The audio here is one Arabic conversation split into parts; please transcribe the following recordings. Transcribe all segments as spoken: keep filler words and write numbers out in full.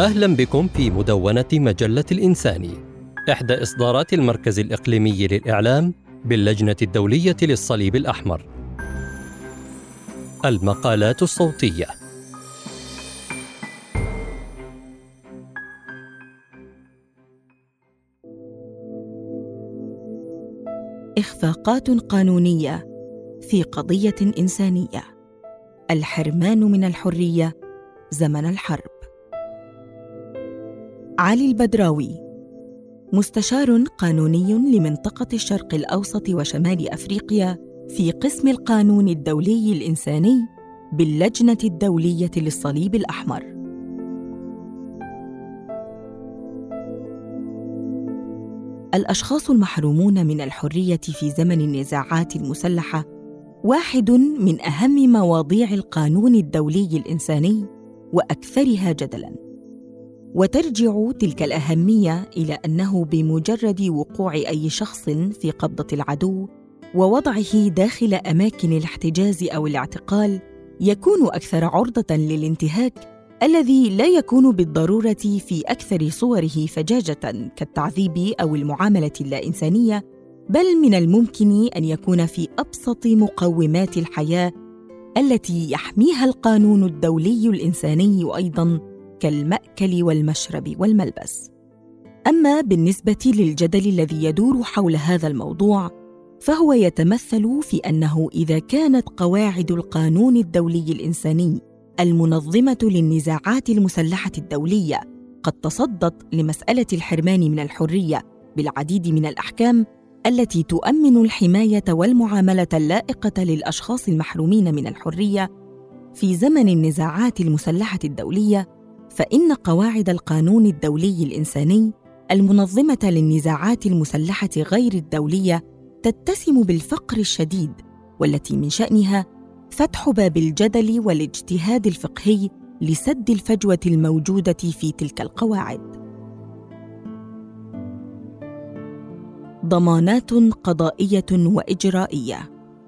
أهلا بكم في مدونة مجلة الإنساني، إحدى إصدارات المركز الإقليمي للإعلام باللجنة الدولية للصليب الأحمر. المقالات الصوتية. إخفاقات قانونية في قضية إنسانية، الحرمان من الحرية زمن الحرب. علي البدراوي، مستشار قانوني لمنطقة الشرق الأوسط وشمال أفريقيا في قسم القانون الدولي الإنساني باللجنة الدولية للصليب الأحمر. الأشخاص المحرومون من الحرية في زمن النزاعات المسلحة واحد من أهم مواضيع القانون الدولي الإنساني وأكثرها جدلاً، وترجع تلك الأهمية إلى أنه بمجرد وقوع أي شخص في قبضة العدو ووضعه داخل أماكن الاحتجاز أو الاعتقال يكون أكثر عرضة للانتهاك الذي لا يكون بالضرورة في أكثر صوره فجاجة كالتعذيب أو المعاملة اللا إنسانية، بل من الممكن أن يكون في أبسط مقومات الحياة التي يحميها القانون الدولي الإنساني أيضاً، كالمأكل والمشرب والملبس. أما بالنسبة للجدل الذي يدور حول هذا الموضوع، فهو يتمثل في أنه إذا كانت قواعد القانون الدولي الإنساني المنظمة للنزاعات المسلحة الدولية قد تصدت لمسألة الحرمان من الحرية بالعديد من الأحكام التي تؤمن الحماية والمعاملة اللائقة للأشخاص المحرومين من الحرية في زمن النزاعات المسلحة الدولية، فإن قواعد القانون الدولي الإنساني المنظمة للنزاعات المسلحة غير الدولية تتسم بالفقر الشديد، والتي من شأنها فتح باب الجدل والاجتهاد الفقهي لسد الفجوة الموجودة في تلك القواعد. ضمانات قضائية وإجرائية.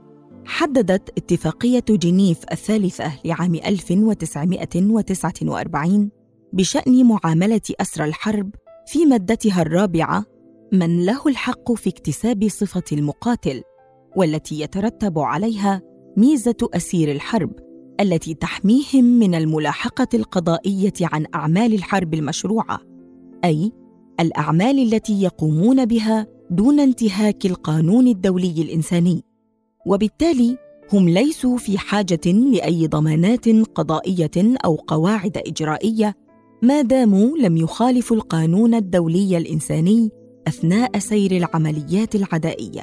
حددت اتفاقية جنيف الثالثة لعام ألف وتسعمائة وتسعة وأربعين بشأن معاملة أسرى الحرب في مادتها الرابعة من له الحق في اكتساب صفة المقاتل، والتي يترتب عليها ميزة أسير الحرب التي تحميهم من الملاحقة القضائية عن أعمال الحرب المشروعة، أي الأعمال التي يقومون بها دون انتهاك القانون الدولي الإنساني، وبالتالي هم ليسوا في حاجة لأي ضمانات قضائية أو قواعد إجرائية ما داموا لم يخالفوا القانون الدولي الإنساني أثناء سير العمليات العدائية.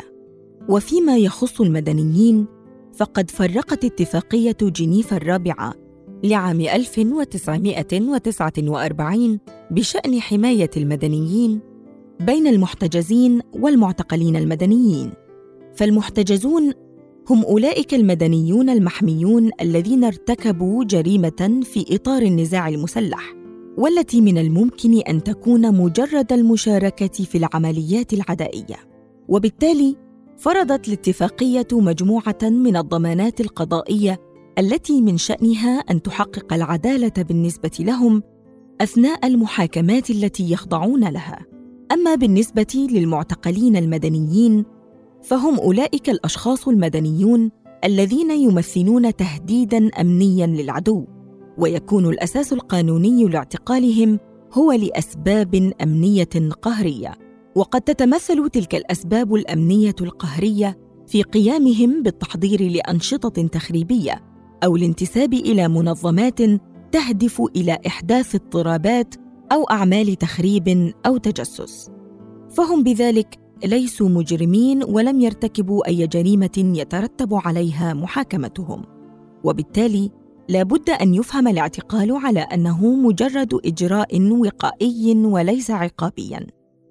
وفيما يخص المدنيين، فقد فرقت اتفاقية جنيف الرابعة لعام ألف وتسعمائة وتسعة وأربعين بشأن حماية المدنيين بين المحتجزين والمعتقلين المدنيين. فالمحتجزون هم أولئك المدنيون المحميون الذين ارتكبوا جريمة في إطار النزاع المسلح، والتي من الممكن أن تكون مجرد المشاركة في العمليات العدائية. وبالتالي فرضت الاتفاقية مجموعة من الضمانات القضائية التي من شأنها أن تحقق العدالة بالنسبة لهم أثناء المحاكمات التي يخضعون لها. أما بالنسبة للمعتقلين المدنيين، فهم أولئك الأشخاص المدنيون الذين يمثلون تهديداً أمنياً للعدو، ويكون الأساس القانوني لاعتقالهم هو لأسباب أمنية قهرية. وقد تتمثل تلك الأسباب الأمنية القهرية في قيامهم بالتحضير لأنشطة تخريبية أو الانتساب إلى منظمات تهدف إلى إحداث اضطرابات أو أعمال تخريب أو تجسس، فهم بذلك ليسوا مجرمين ولم يرتكبوا أي جريمة يترتب عليها محاكمتهم، وبالتالي لا بد أن يفهم الاعتقال على أنه مجرد إجراء وقائي وليس عقابياً.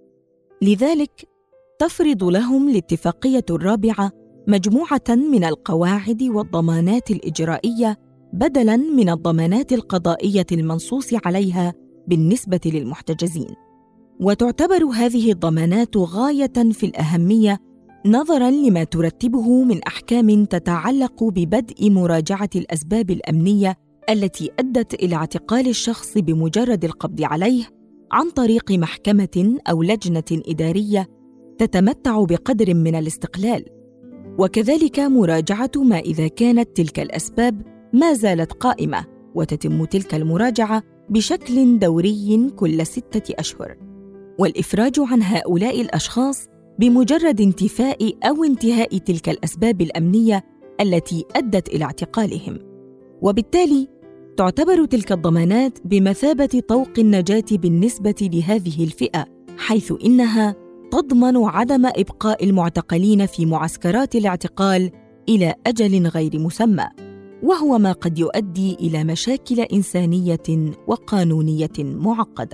لذلك تفرض لهم الاتفاقية الرابعة مجموعة من القواعد والضمانات الإجرائية بدلاً من الضمانات القضائية المنصوص عليها بالنسبة للمحتجزين. وتعتبر هذه الضمانات غاية في الأهمية نظراً لما ترتبه من أحكام تتعلق ببدء مراجعة الأسباب الأمنية التي أدت إلى اعتقال الشخص بمجرد القبض عليه عن طريق محكمة أو لجنة إدارية تتمتع بقدر من الاستقلال، وكذلك مراجعة ما إذا كانت تلك الأسباب ما زالت قائمة، وتتم تلك المراجعة بشكل دوري كل ستة أشهر، والإفراج عن هؤلاء الأشخاص بمجرد انتفاء أو انتهاء تلك الأسباب الأمنية التي أدت إلى اعتقالهم. وبالتالي تعتبر تلك الضمانات بمثابة طوق النجاة بالنسبة لهذه الفئة، حيث إنها تضمن عدم إبقاء المعتقلين في معسكرات الاعتقال إلى أجل غير مسمى، وهو ما قد يؤدي إلى مشاكل إنسانية وقانونية معقدة.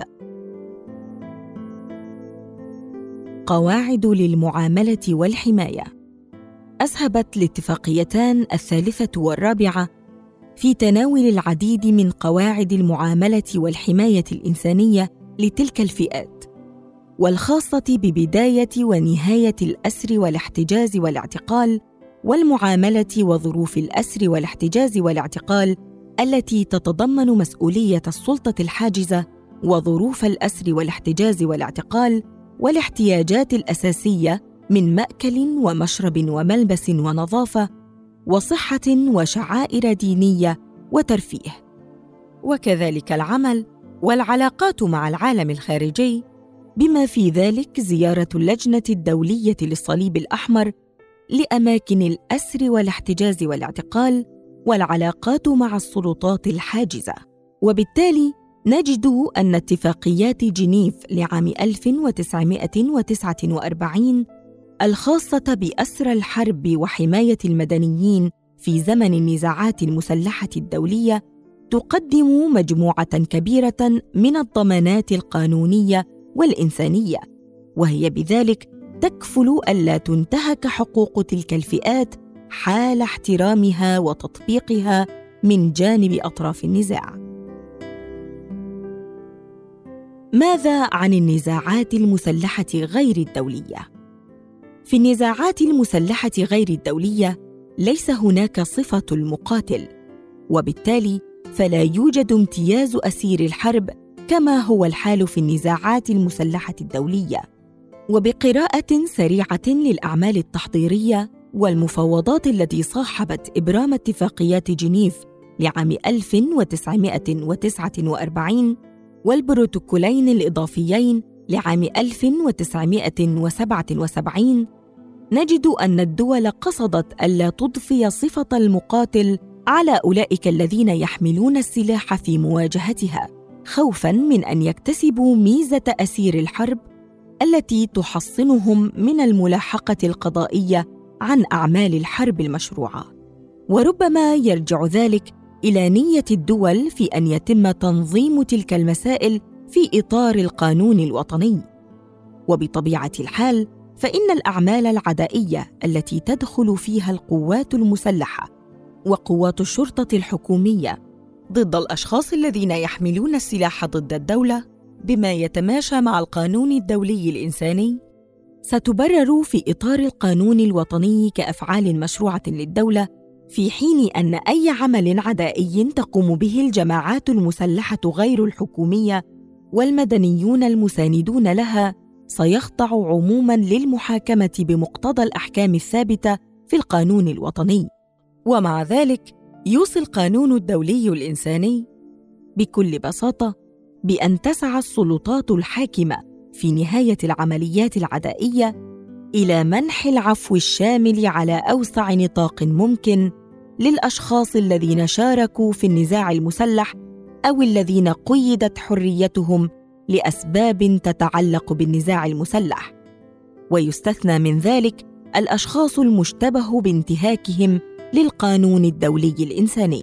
قواعد للمعاملة والحماية. أسهبت الاتفاقيتان الثالثة والرابعة في تناول العديد من قواعد المعاملة والحماية الإنسانية لتلك الفئات، والخاصة ببداية ونهاية الأسر والاحتجاز والاعتقال، والمعاملة وظروف الأسر والاحتجاز والاعتقال التي تتضمن مسؤولية السلطة الحاجزة، وظروف الأسر والاحتجاز والاعتقال والاحتياجات الأساسية من مأكل ومشرب وملبس ونظافة وصحة وشعائر دينية وترفيه، وكذلك العمل والعلاقات مع العالم الخارجي، بما في ذلك زيارة اللجنة الدولية للصليب الأحمر لأماكن الأسر والاحتجاز والاعتقال، والعلاقات مع السلطات الحاجزة. وبالتالي نجد أن اتفاقيات جنيف لعام ألف وتسعمائة وتسعة وأربعين الخاصة بأسرى الحرب وحماية المدنيين في زمن النزاعات المسلحة الدولية تقدم مجموعة كبيرة من الضمانات القانونية والإنسانية، وهي بذلك تكفل ألا تنتهك حقوق تلك الفئات حال احترامها وتطبيقها من جانب أطراف النزاع. ماذا عن النزاعات المسلحة غير الدولية؟ في النزاعات المسلحة غير الدولية ليس هناك صفة المقاتل، وبالتالي فلا يوجد امتياز أسير الحرب كما هو الحال في النزاعات المسلحة الدولية. وبقراءة سريعة للأعمال التحضيرية والمفاوضات التي صاحبت إبرام اتفاقيات جنيف لعام ألف وتسعمائة وتسعة وأربعين والبروتوكولين الإضافيين لعام ألف وتسعمائة وسبعة وسبعين، نجد أن الدول قصدت ألا تضفي صفة المقاتل على أولئك الذين يحملون السلاح في مواجهتها، خوفاً من أن يكتسبوا ميزة أسير الحرب التي تحصنهم من الملاحقة القضائية عن أعمال الحرب المشروعة. وربما يرجع ذلك إلى نية الدول في أن يتم تنظيم تلك المسائل في إطار القانون الوطني. وبطبيعة الحال فإن الأعمال العدائية التي تدخل فيها القوات المسلحة وقوات الشرطة الحكومية ضد الأشخاص الذين يحملون السلاح ضد الدولة بما يتماشى مع القانون الدولي الإنساني ستبرر في إطار القانون الوطني كأفعال مشروعة للدولة، في حين أن أي عمل عدائي تقوم به الجماعات المسلحة غير الحكومية والمدنيون المساندون لها سيخضع عموماً للمحاكمة بمقتضى الأحكام الثابتة في القانون الوطني. ومع ذلك يوصي القانون الدولي الإنساني بكل بساطة بأن تسعى السلطات الحاكمة في نهاية العمليات العدائية إلى منح العفو الشامل على أوسع نطاق ممكن للأشخاص الذين شاركوا في النزاع المسلح أو الذين قيدت حريتهم لأسباب تتعلق بالنزاع المسلح، ويستثنى من ذلك الأشخاص المشتبه بانتهاكهم للقانون الدولي الإنساني.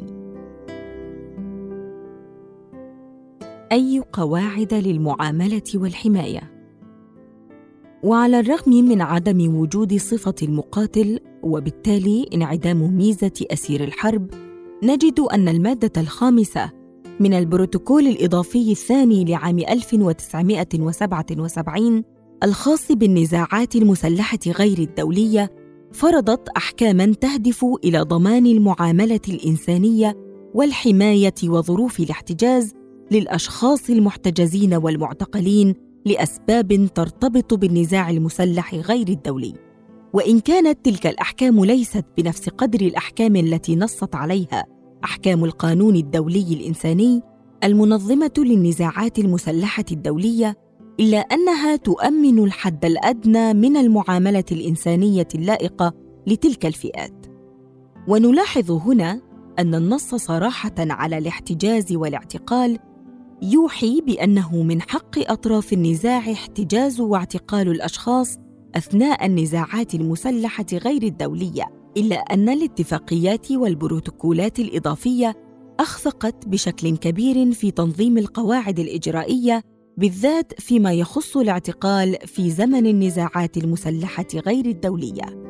أي قواعد للمعاملة والحماية؟ وعلى الرغم من عدم وجود صفة المقاتل وبالتالي انعدام ميزة أسير الحرب، نجد أن المادة الخامسة من البروتوكول الإضافي الثاني لعام ألف وتسعمائة وسبعة وسبعين الخاص بالنزاعات المسلحة غير الدولية فرضت أحكاماً تهدف إلى ضمان المعاملة الإنسانية والحماية وظروف الاحتجاز للأشخاص المحتجزين والمعتقلين لأسباب ترتبط بالنزاع المسلح غير الدولي. وإن كانت تلك الأحكام ليست بنفس قدر الأحكام التي نصت عليها أحكام القانون الدولي الإنساني المنظمة للنزاعات المسلحة الدولية، إلا أنها تؤمن الحد الأدنى من المعاملة الإنسانية اللائقة لتلك الفئات. ونلاحظ هنا أن النص صراحة على الاحتجاز والاعتقال يوحي بأنه من حق أطراف النزاع احتجاز واعتقال الأشخاص أثناء النزاعات المسلحة غير الدولية، إلا أن الاتفاقيات والبروتوكولات الإضافية أخفقت بشكل كبير في تنظيم القواعد الإجرائية، بالذات فيما يخص الاعتقال في زمن النزاعات المسلحة غير الدولية.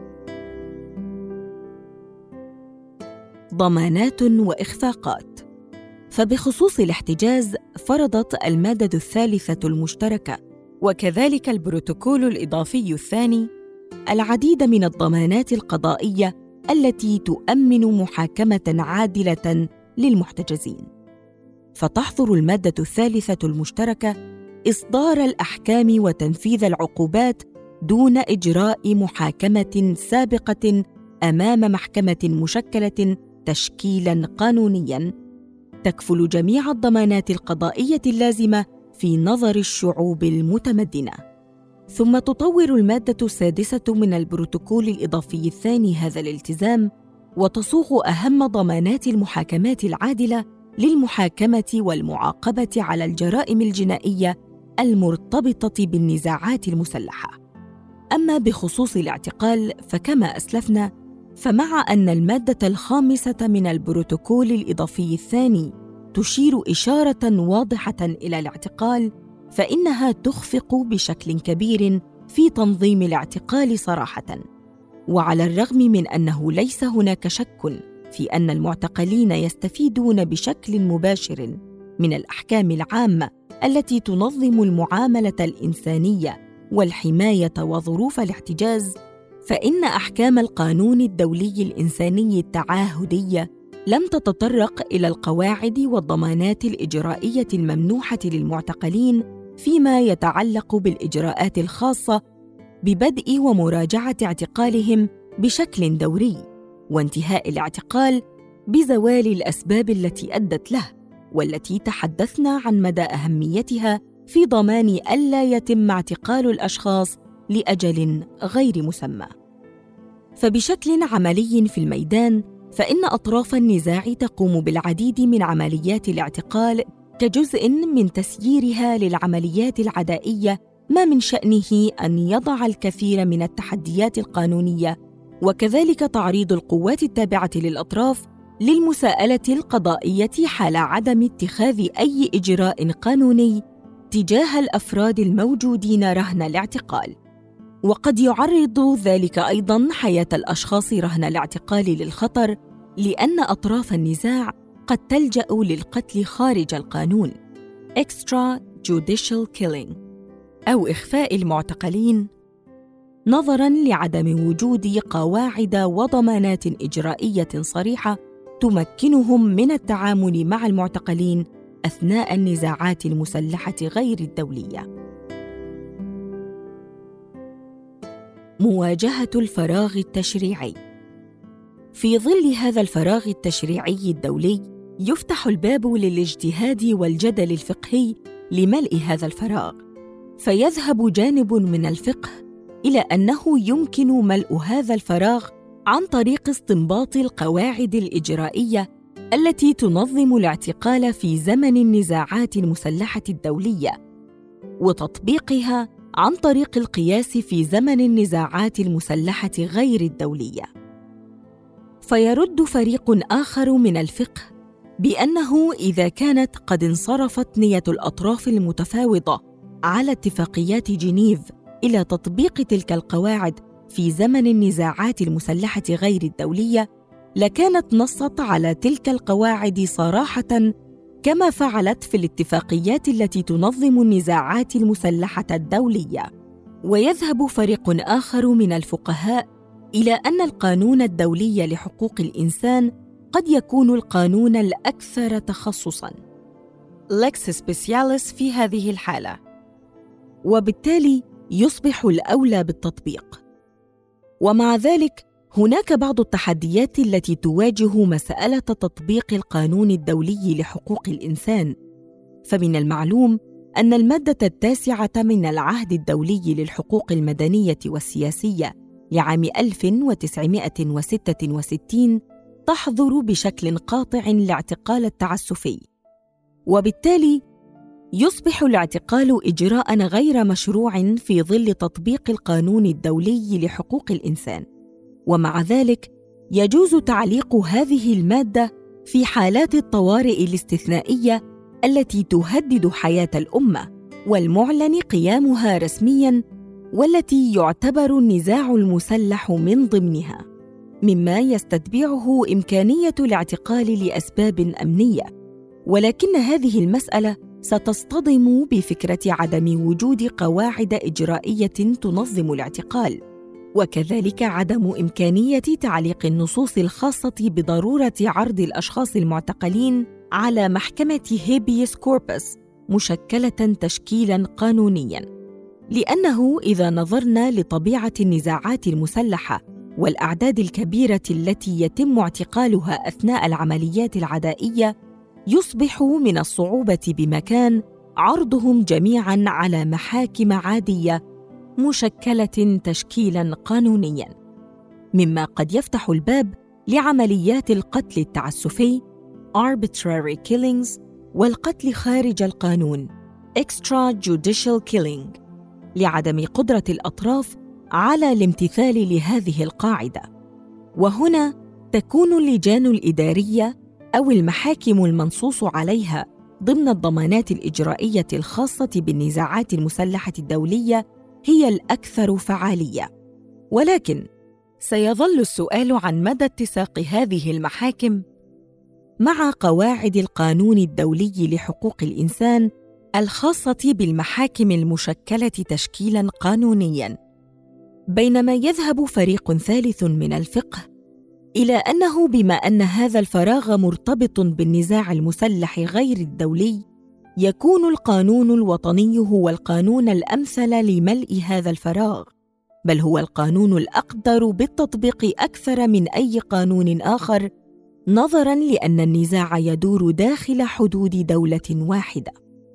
ضمانات وإخفاقات. فبخصوص الاحتجاز فرضت المادة الثالثة المشتركة وكذلك البروتوكول الإضافي الثاني العديد من الضمانات القضائية التي تؤمن محاكمة عادلة للمحتجزين. فتحظر المادة الثالثة المشتركة إصدار الأحكام وتنفيذ العقوبات دون إجراء محاكمة سابقة أمام محكمة مشكلة تشكيلاً قانونياً تكفل جميع الضمانات القضائية اللازمة في نظر الشعوب المتمدنة. ثم تطور المادة السادسة من البروتوكول الإضافي الثاني هذا الالتزام، وتصوغ أهم ضمانات المحاكمات العادلة للمحاكمة والمعاقبة على الجرائم الجنائية المرتبطة بالنزاعات المسلحة. أما بخصوص الاعتقال فكما أسلفنا، فمع أن المادة الخامسة من البروتوكول الإضافي الثاني تشير إشارة واضحة إلى الاعتقال، فإنها تخفق بشكل كبير في تنظيم الاعتقال صراحة. وعلى الرغم من أنه ليس هناك شك في أن المعتقلين يستفيدون بشكل مباشر من الأحكام العامة التي تنظم المعاملة الإنسانية والحماية وظروف الاحتجاز، فإن أحكام القانون الدولي الإنساني التعاهدية لم تتطرق إلى القواعد والضمانات الإجرائية الممنوحة للمعتقلين فيما يتعلق بالإجراءات الخاصة ببدء ومراجعة اعتقالهم بشكل دوري، وانتهاء الاعتقال بزوال الأسباب التي أدت له، والتي تحدثنا عن مدى أهميتها في ضمان ألا يتم اعتقال الأشخاص لأجل غير مسمى. فبشكل عملي في الميدان، فإن أطراف النزاع تقوم بالعديد من عمليات الاعتقال كجزء من تسييرها للعمليات العدائية، ما من شأنه أن يضع الكثير من التحديات القانونية وكذلك تعريض القوات التابعة للأطراف للمساءلة القضائية حال عدم اتخاذ أي إجراء قانوني تجاه الأفراد الموجودين رهن الاعتقال. وقد يعرض ذلك أيضاً حياة الأشخاص رهن الاعتقال للخطر، لأن أطراف النزاع قد تلجأ للقتل خارج القانون extrajudicial killing أو إخفاء المعتقلين، نظراً لعدم وجود قواعد وضمانات إجرائية صريحة تمكنهم من التعامل مع المعتقلين أثناء النزاعات المسلحة غير الدولية. مواجهة الفراغ التشريعي. في ظل هذا الفراغ التشريعي الدولي يفتح الباب للاجتهاد والجدل الفقهي لملء هذا الفراغ، فيذهب جانب من الفقه إلى أنه يمكن ملء هذا الفراغ عن طريق استنباط القواعد الإجرائية التي تنظم الاعتقال في زمن النزاعات المسلحة الدولية، وتطبيقها عن طريق القياس في زمن النزاعات المسلحة غير الدولية. فيرد فريق آخر من الفقه بأنه إذا كانت قد انصرفت نية الأطراف المتفاوضة على اتفاقيات جنيف إلى تطبيق تلك القواعد في زمن النزاعات المسلحة غير الدولية، لكانت نصت على تلك القواعد صراحة كما فعلت في الاتفاقيات التي تنظم النزاعات المسلحة الدولية. ويذهب فريق آخر من الفقهاء إلى أن القانون الدولي لحقوق الإنسان قد يكون القانون الأكثر تخصصاً lex specialis في هذه الحالة، وبالتالي يصبح الأولى بالتطبيق. ومع ذلك هناك بعض التحديات التي تواجه مسألة تطبيق القانون الدولي لحقوق الإنسان. فمن المعلوم أن المادة التاسعة من العهد الدولي للحقوق المدنية والسياسية لعام ألف وتسعمائة وستة وستين تحظر بشكل قاطع الاعتقال التعسفي، وبالتالي يصبح الاعتقال إجراءً غير مشروع في ظل تطبيق القانون الدولي لحقوق الإنسان. ومع ذلك يجوز تعليق هذه المادة في حالات الطوارئ الاستثنائية التي تهدد حياة الأمة والمعلن قيامها رسمياً، والتي يعتبر النزاع المسلح من ضمنها، مما يستتبعه إمكانية الاعتقال لأسباب أمنية. ولكن هذه المسألة ستصطدم بفكرة عدم وجود قواعد إجرائية تنظم الاعتقال، وكذلك عدم إمكانية تعليق النصوص الخاصة بضرورة عرض الأشخاص المعتقلين على محكمة هيبيس كوربس مشكلة تشكيلاً قانونياً. لأنه إذا نظرنا لطبيعة النزاعات المسلحة والأعداد الكبيرة التي يتم اعتقالها أثناء العمليات العدائية، يصبح من الصعوبة بمكان عرضهم جميعاً على محاكم عادية مشكلة تشكيلاً قانونياً، مما قد يفتح الباب لعمليات القتل التعسفي arbitrary killings والقتل خارج القانون extrajudicial killing، لعدم قدرة الأطراف على الامتثال لهذه القاعدة. وهنا تكون اللجان الإدارية أو المحاكم المنصوص عليها ضمن الضمانات الإجرائية الخاصة بالنزاعات المسلحة الدولية هي الأكثر فعالية. ولكن سيظل السؤال عن مدى اتساق هذه المحاكم مع قواعد القانون الدولي لحقوق الإنسان الخاصة بالمحاكم المشكلة تشكيلاً قانونياً، بينما يذهب فريق ثالث من الفقه إلى أنه بما أن هذا الفراغ مرتبط بالنزاع المسلح غير الدولي، يكون القانون الوطني هو القانون الأمثل لملء هذا الفراغ، بل هو القانون الأقدر بالتطبيق أكثر من أي قانون آخر، نظراً لأن النزاع يدور داخل حدود دولة واحدة.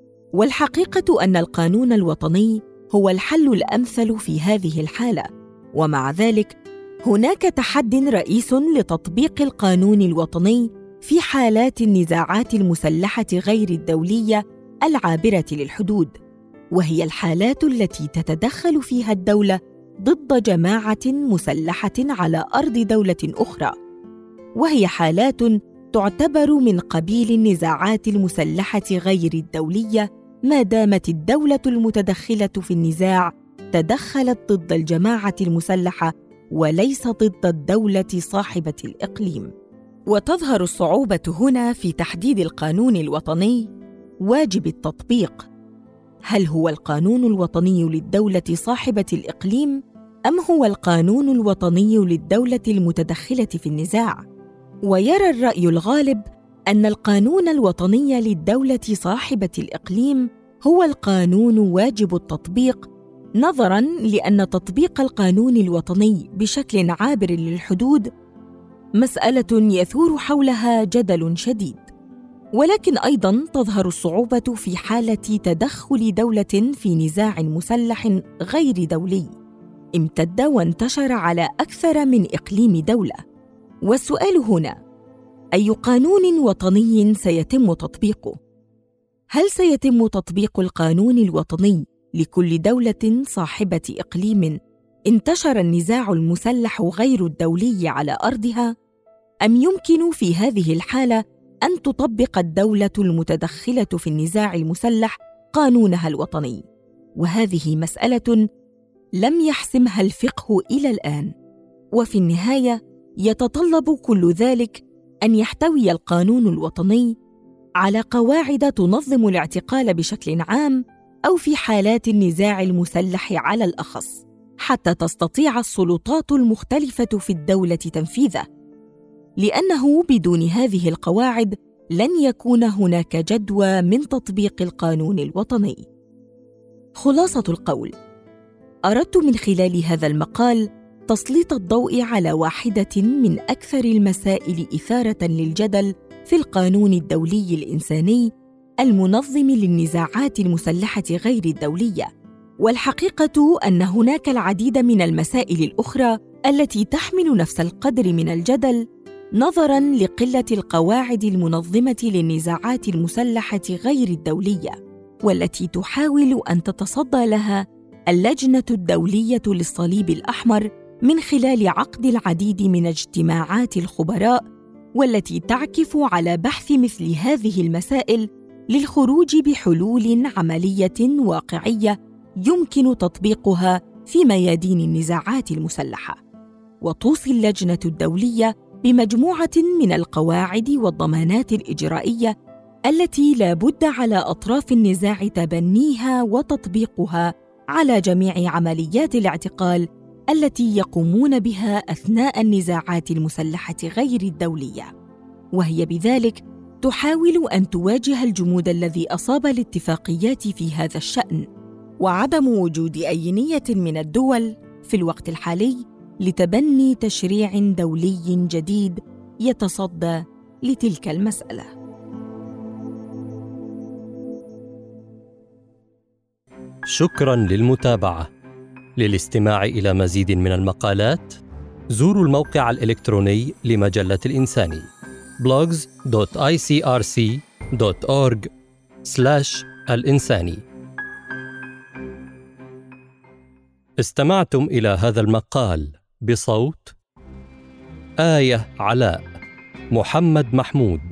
والحقيقة أن القانون الوطني هو الحل الأمثل في هذه الحالة. ومع ذلك هناك تحد رئيس لتطبيق القانون الوطني في حالات النزاعات المسلحة غير الدولية العابرة للحدود، وهي الحالات التي تتدخل فيها الدولة ضد جماعة مسلحة على أرض دولة أخرى، وهي حالات تعتبر من قبيل النزاعات المسلحة غير الدولية ما دامت الدولة المتدخلة في النزاع تدخلت ضد الجماعة المسلحة وليس ضد الدولة صاحبة الإقليم. وتظهر الصعوبة هنا في تحديد القانون الوطني واجب التطبيق. هل هو القانون الوطني للدولة صاحبة الإقليم أم هو القانون الوطني للدولة المتدخلة في النزاع؟ ويرى الرأي الغالب أن القانون الوطني للدولة صاحبة الإقليم هو القانون واجب التطبيق، نظراً لأن تطبيق القانون الوطني بشكل عابر للحدود مسألة يثور حولها جدل شديد. ولكن أيضاً تظهر الصعوبة في حالة تدخل دولة في نزاع مسلح غير دولي امتد وانتشر على أكثر من إقليم دولة. والسؤال هنا: أي قانون وطني سيتم تطبيقه؟ هل سيتم تطبيق القانون الوطني لكل دولة صاحبة إقليم انتشر النزاع المسلح غير الدولي على أرضها؟ أم يمكن في هذه الحالة أن تطبق الدولة المتدخلة في النزاع المسلح قانونها الوطني؟ وهذه مسألة لم يحسمها الفقه إلى الآن. وفي النهاية يتطلب كل ذلك أن يحتوي القانون الوطني على قواعد تنظم الاعتقال بشكل عام أو في حالات النزاع المسلح على الأخص، حتى تستطيع السلطات المختلفة في الدولة تنفيذه. لأنه بدون هذه القواعد لن يكون هناك جدوى من تطبيق القانون الوطني. خلاصة القول: أردت من خلال هذا المقال تسليط الضوء على واحدة من أكثر المسائل إثارة للجدل في القانون الدولي الإنساني المنظم للنزاعات المسلحة غير الدولية. والحقيقة أن هناك العديد من المسائل الأخرى التي تحمل نفس القدر من الجدل نظراً لقلة القواعد المنظمة للنزاعات المسلحة غير الدولية، والتي تحاول أن تتصدى لها اللجنة الدولية للصليب الأحمر من خلال عقد العديد من اجتماعات الخبراء، والتي تعكف على بحث مثل هذه المسائل للخروج بحلول عملية واقعية يمكن تطبيقها في ميادين النزاعات المسلحة. وتوصي اللجنة الدولية بمجموعة من القواعد والضمانات الإجرائية التي لا بد على أطراف النزاع تبنيها وتطبيقها على جميع عمليات الاعتقال التي يقومون بها أثناء النزاعات المسلحة غير الدولية، وهي بذلك تحاول أن تواجه الجمود الذي أصاب الاتفاقيات في هذا الشأن، وعدم وجود أي نية من الدول في الوقت الحالي لتبني تشريع دولي جديد يتصدى لتلك المسألة. شكراً للمتابعة. للاستماع إلى مزيد من المقالات زوروا الموقع الإلكتروني لمجلة الإنساني blogs دوت آي سي آر سي دوت أورج سلاش الإنساني. استمعتم إلى هذا المقال بصوت آية علاء، محمد محمود،